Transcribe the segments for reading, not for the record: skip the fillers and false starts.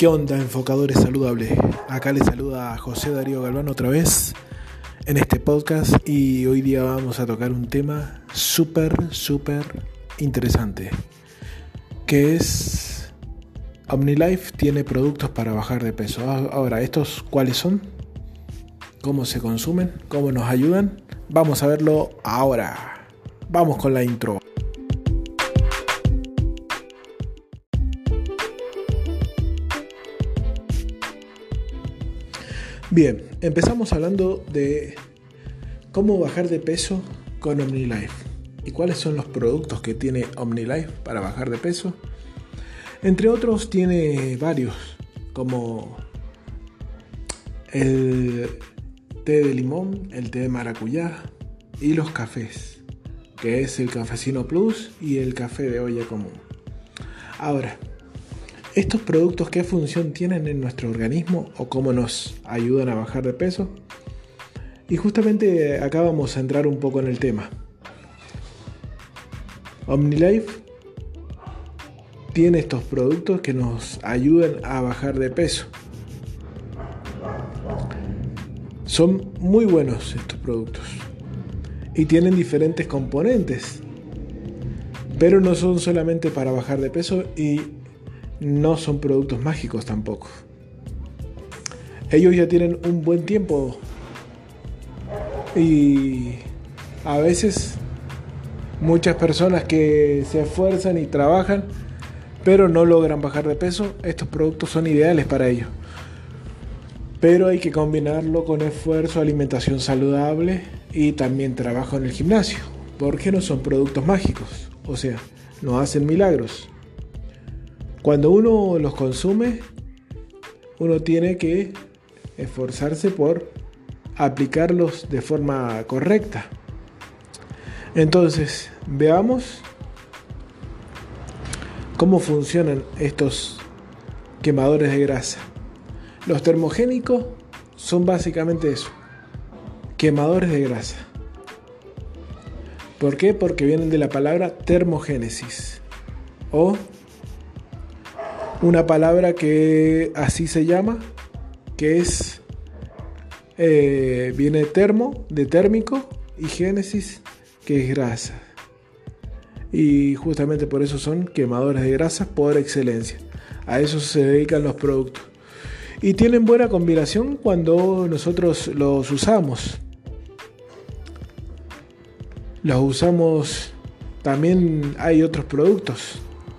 ¿Qué onda, enfocadores saludables? Acá les saluda José Darío Galván otra vez en este podcast y hoy día vamos a tocar un tema súper interesante, que es OmniLife tiene productos para bajar de peso. Ahora, ¿estos cuáles son? ¿Cómo se consumen? ¿Cómo nos ayudan? Vamos a verlo ahora. Vamos con la intro. Bien, empezamos hablando de cómo bajar de peso con OmniLife y cuáles son los productos que tiene OmniLife para bajar de peso. Entre otros tiene varios, como el té de limón, el té de maracuyá y los cafés, que es el Cafecino Plus y el café de olla común. Ahora, ¿estos productos qué función tienen en nuestro organismo o cómo nos ayudan a bajar de peso? Y justamente acá vamos a entrar un poco en el tema. OmniLife tiene estos productos que nos ayudan a bajar de peso. Son muy buenos estos productos y tienen diferentes componentes, pero no son solamente para bajar de peso y no son productos mágicos tampoco. Ellos ya tienen un buen tiempo y a veces muchas personas que se esfuerzan y trabajan pero no logran bajar de peso, estos productos son ideales para ellos. Pero hay que combinarlo con esfuerzo, alimentación saludable y también trabajo en el gimnasio, porque no son productos mágicos, o sea, no hacen milagros. Cuando uno los consume, uno tiene que esforzarse por aplicarlos de forma correcta. Entonces, veamos cómo funcionan estos quemadores de grasa. Los termogénicos son básicamente eso, quemadores de grasa. ¿Por qué? Porque vienen de la palabra termogénesis, o una palabra que así se llama, que es viene termo, de térmico, y génesis, que es grasa. Y justamente por eso son quemadores de grasa por excelencia. A eso se dedican los productos. Y tienen buena combinación cuando nosotros los usamos. Los usamos, también hay otros productos.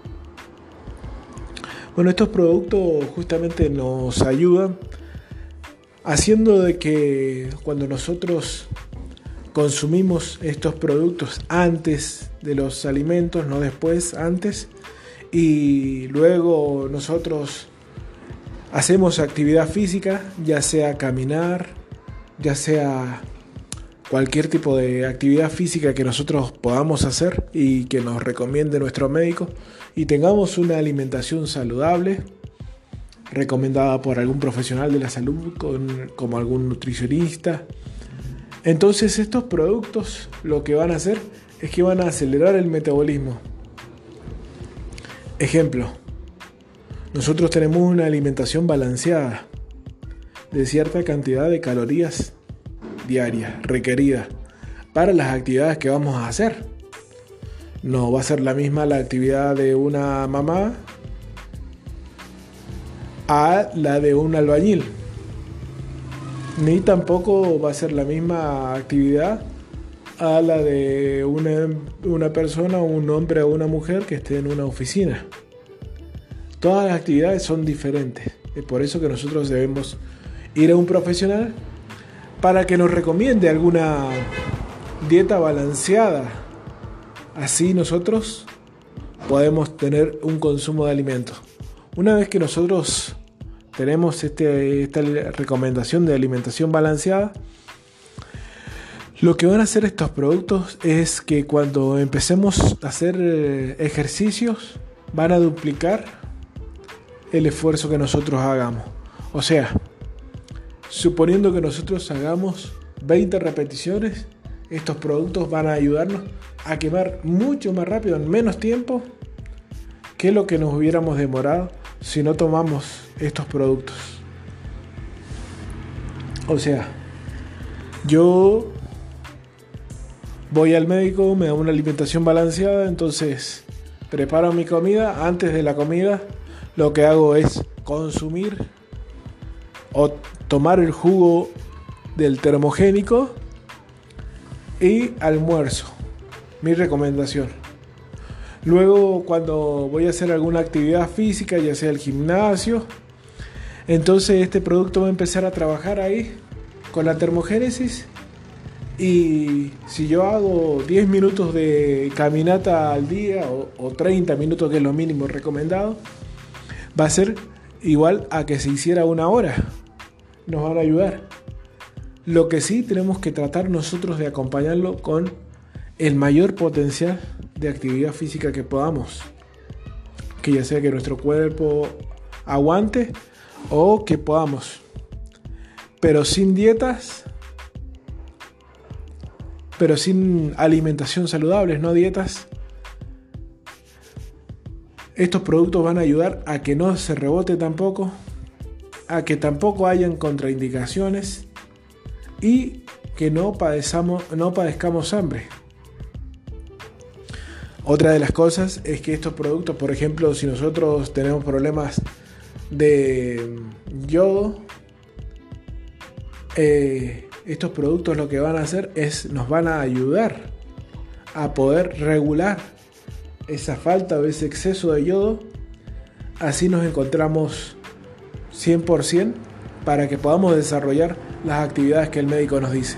Bueno, estos productos justamente nos ayudan haciendo de que cuando nosotros consumimos estos productos antes de los alimentos, no después, antes, y luego nosotros hacemos actividad física, ya sea caminar, ya sea cualquier tipo de actividad física que nosotros podamos hacer y que nos recomiende nuestro médico, y tengamos una alimentación saludable recomendada por algún profesional de la salud como algún nutricionista. Entonces estos productos lo que van a hacer es que van a acelerar el metabolismo. Ejemplo, nosotros tenemos una alimentación balanceada de cierta cantidad de calorías diarias requeridas para las actividades que vamos a hacer. No va a ser la misma la actividad de una mamá a la de un albañil, ni tampoco va a ser la misma actividad a la de una persona, un hombre o una mujer que esté en una oficina. Todas las actividades son diferentes. Es por eso que nosotros debemos ir a un profesional para que nos recomiende alguna dieta balanceada. Así nosotros podemos tener un consumo de alimentos. Una vez que nosotros tenemos esta recomendación de alimentación balanceada, lo que van a hacer estos productos es que cuando empecemos a hacer ejercicios, van a duplicar el esfuerzo que nosotros hagamos. O sea, suponiendo que nosotros hagamos 20 repeticiones, estos productos van a ayudarnos a quemar mucho más rápido, en menos tiempo, que lo que nos hubiéramos demorado si no tomamos estos productos. O sea, yo voy al médico, me da una alimentación balanceada, entonces preparo mi comida. Antes de la comida lo que hago es consumir o tomar el jugo del termogénico y almuerzo. Mi recomendación. Luego, cuando voy a hacer alguna actividad física, ya sea el gimnasio, entonces este producto va a empezar a trabajar ahí con la termogénesis. Y si yo hago 10 minutos de caminata al día o 30 minutos, que es lo mínimo recomendado, va a ser igual a que se hiciera una hora. Nos van a ayudar. Lo que sí tenemos que tratar nosotros de acompañarlo con el mayor potencial de actividad física que podamos. Que ya sea que nuestro cuerpo aguante o que podamos. Pero sin dietas, pero sin alimentación saludable, no dietas. Estos productos van a ayudar a que no se rebote tampoco, a que tampoco hayan contraindicaciones y que no padezcamos hambre. Otra de las cosas es que estos productos, por ejemplo, si nosotros tenemos problemas de yodo, estos productos lo que van a hacer es nos van a ayudar a poder regular esa falta o ese exceso de yodo. Así nos encontramos 100% para que podamos desarrollar las actividades que el médico nos dice.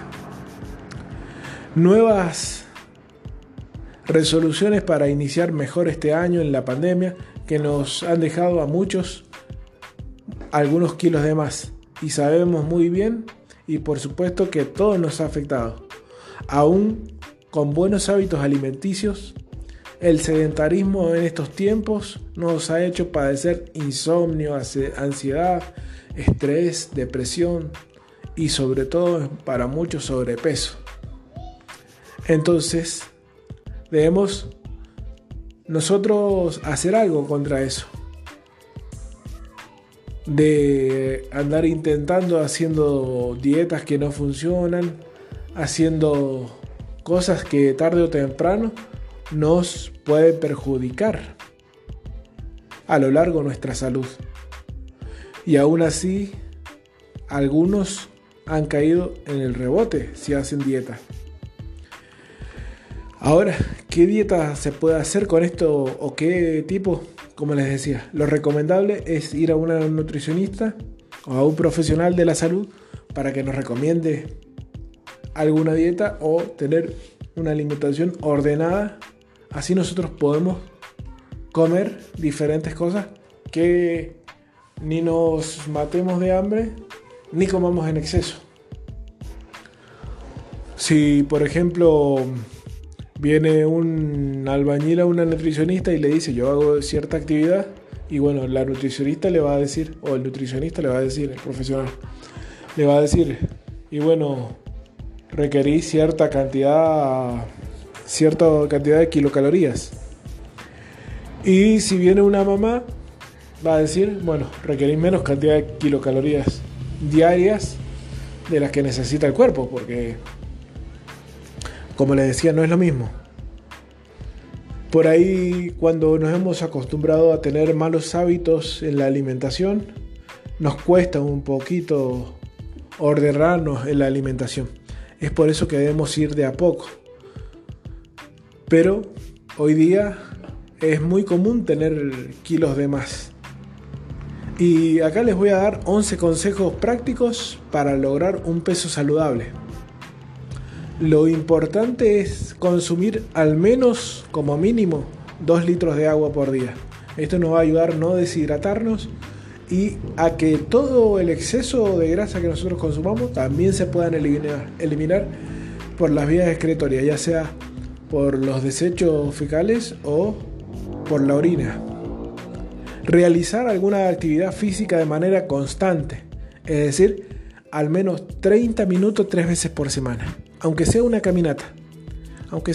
Nuevas resoluciones para iniciar mejor este año en la pandemia, que nos han dejado a muchos algunos kilos de más, y sabemos muy bien y por supuesto que todo nos ha afectado. Aún con buenos hábitos alimenticios, el sedentarismo en estos tiempos nos ha hecho padecer insomnio, ansiedad, estrés, depresión y sobre todo para muchos sobrepeso. Entonces debemos nosotros hacer algo contra eso. De andar haciendo dietas que no funcionan, haciendo cosas que tarde o temprano nos pueden perjudicar a lo largo de nuestra salud. Y aún así, algunos han caído en el rebote si hacen dieta. Ahora, ¿qué dieta se puede hacer con esto o qué tipo? Como les decía, lo recomendable es ir a una nutricionista o a un profesional de la salud para que nos recomiende alguna dieta o tener una alimentación ordenada. Así nosotros podemos comer diferentes cosas que ni nos matemos de hambre ni comamos en exceso. Si, por ejemplo, viene un albañil a una nutricionista y le dice yo hago cierta actividad, y bueno, la nutricionista le va a decir, o el nutricionista le va a decir, el profesional le va a decir, y bueno, requerí cierta cantidad de kilocalorías. Y si viene una mamá, va a decir, bueno, requerís menos cantidad de kilocalorías diarias de las que necesita el cuerpo, porque como les decía, no es lo mismo. Por ahí, cuando nos hemos acostumbrado a tener malos hábitos en la alimentación, nos cuesta un poquito ordenarnos en la alimentación. Es por eso que debemos ir de a poco. Pero hoy día es muy común tener kilos de más. Y acá les voy a dar 11 consejos prácticos para lograr un peso saludable. Lo importante es consumir al menos, como mínimo, 2 litros de agua por día. Esto nos va a ayudar a no deshidratarnos y a que todo el exceso de grasa que nosotros consumamos también se puedan eliminar por las vías excretorias, ya sea por los desechos fecales o por la orina. Realizar alguna actividad física de manera constante, es decir, al menos 30 minutos 3 veces por semana. Aunque sea una caminata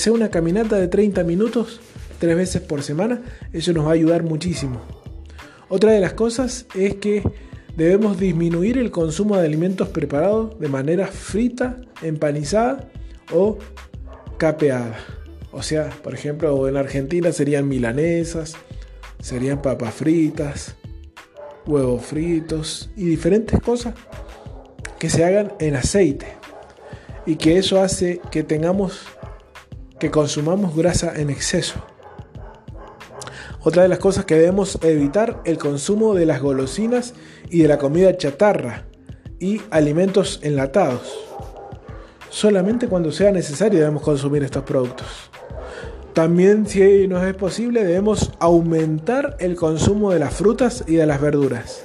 de 30 minutos 3 veces por semana, eso nos va a ayudar muchísimo. Otra de las cosas es que debemos disminuir el consumo de alimentos preparados de manera frita, empanizada o capeada. O sea, por ejemplo, en Argentina serían milanesas, serían papas fritas, huevos fritos y diferentes cosas que se hagan en aceite. Y que eso hace que consumamos grasa en exceso. Otra de las cosas que debemos evitar el consumo de las golosinas y de la comida chatarra y alimentos enlatados. Solamente cuando sea necesario debemos consumir estos productos. También, si nos es posible, debemos aumentar el consumo de las frutas y de las verduras.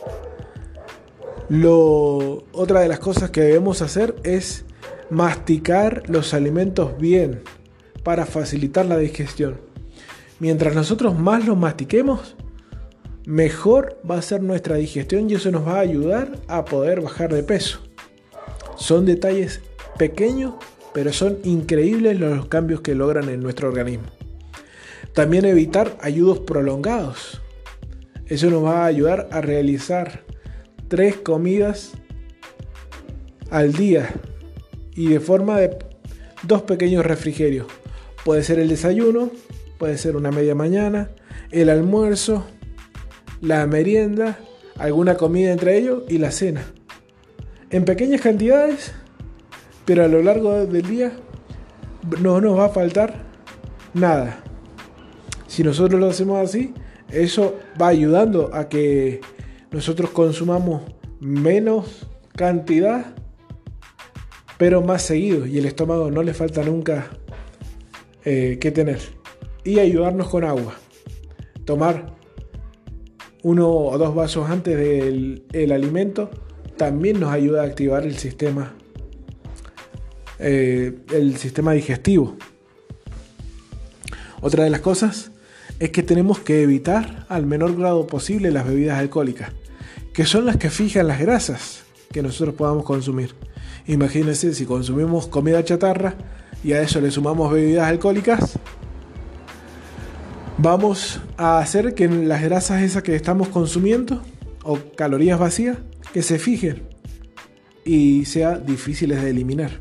Otra de las cosas que debemos hacer es masticar los alimentos bien para facilitar la digestión. Mientras nosotros más los mastiquemos, mejor va a ser nuestra digestión y eso nos va a ayudar a poder bajar de peso. Son detalles pequeños, pero son increíbles los cambios que logran en nuestro organismo. También evitar ayunos prolongados. Eso nos va a ayudar a realizar 3 comidas al día y de forma de 2 pequeños refrigerios. Puede ser el desayuno, puede ser una media mañana, el almuerzo, la merienda, alguna comida entre ellos y la cena. En pequeñas cantidades, pero a lo largo del día no nos va a faltar nada. Si nosotros lo hacemos así, eso va ayudando a que nosotros consumamos menos cantidad, pero más seguido, y el estómago no le falta nunca que tener. Y ayudarnos con agua. Tomar 1 o 2 vasos antes del alimento también nos ayuda a activar el sistema digestivo. Otra de las cosas es que tenemos que evitar al menor grado posible las bebidas alcohólicas, que son las que fijan las grasas que nosotros podamos consumir. Imagínense, si consumimos comida chatarra y a eso le sumamos bebidas alcohólicas, vamos a hacer que las grasas esas que estamos consumiendo, o calorías vacías, que se fijen y sean difíciles de eliminar.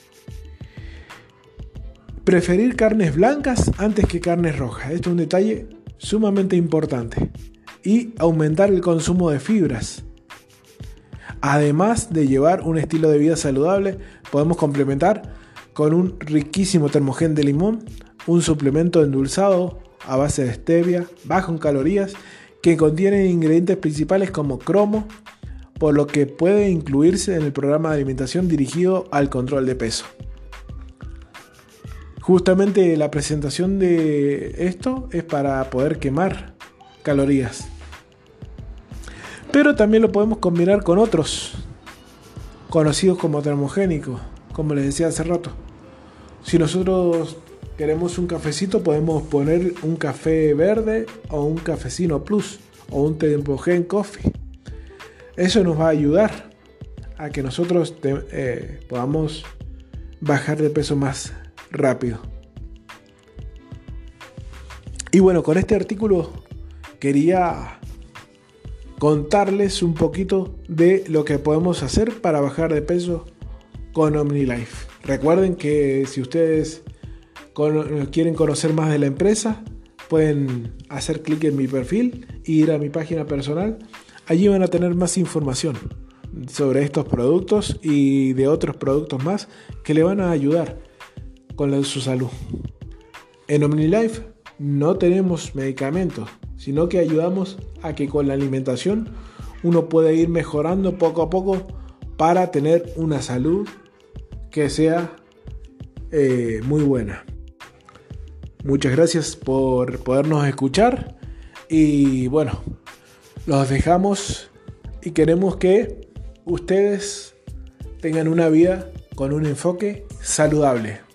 Preferir carnes blancas antes que carnes rojas. Esto es un detalle sumamente importante. Y aumentar el consumo de fibras. Además de llevar un estilo de vida saludable, podemos complementar con un riquísimo termogén de limón, un suplemento endulzado a base de stevia, bajo en calorías, que contiene ingredientes principales como cromo, por lo que puede incluirse en el programa de alimentación dirigido al control de peso. Justamente la presentación de esto es para poder quemar calorías. Pero también lo podemos combinar con otros conocidos como termogénicos, como les decía hace rato. Si nosotros queremos un cafecito, podemos poner un café verde o un cafecino plus o un termogén coffee. Eso nos va a ayudar a que nosotros podamos bajar de peso más rápido. Y bueno, con este artículo quería contarles un poquito de lo que podemos hacer para bajar de peso con OmniLife. Recuerden que si ustedes quieren conocer más de la empresa, pueden hacer clic en mi perfil e ir a mi página personal. Allí van a tener más información sobre estos productos y de otros productos más que le van a ayudar con su salud. En OmniLife no tenemos medicamentos, sino que ayudamos a que con la alimentación uno pueda ir mejorando poco a poco para tener una salud que sea muy buena. Muchas gracias por podernos escuchar y bueno, los dejamos y queremos que ustedes tengan una vida con un enfoque saludable.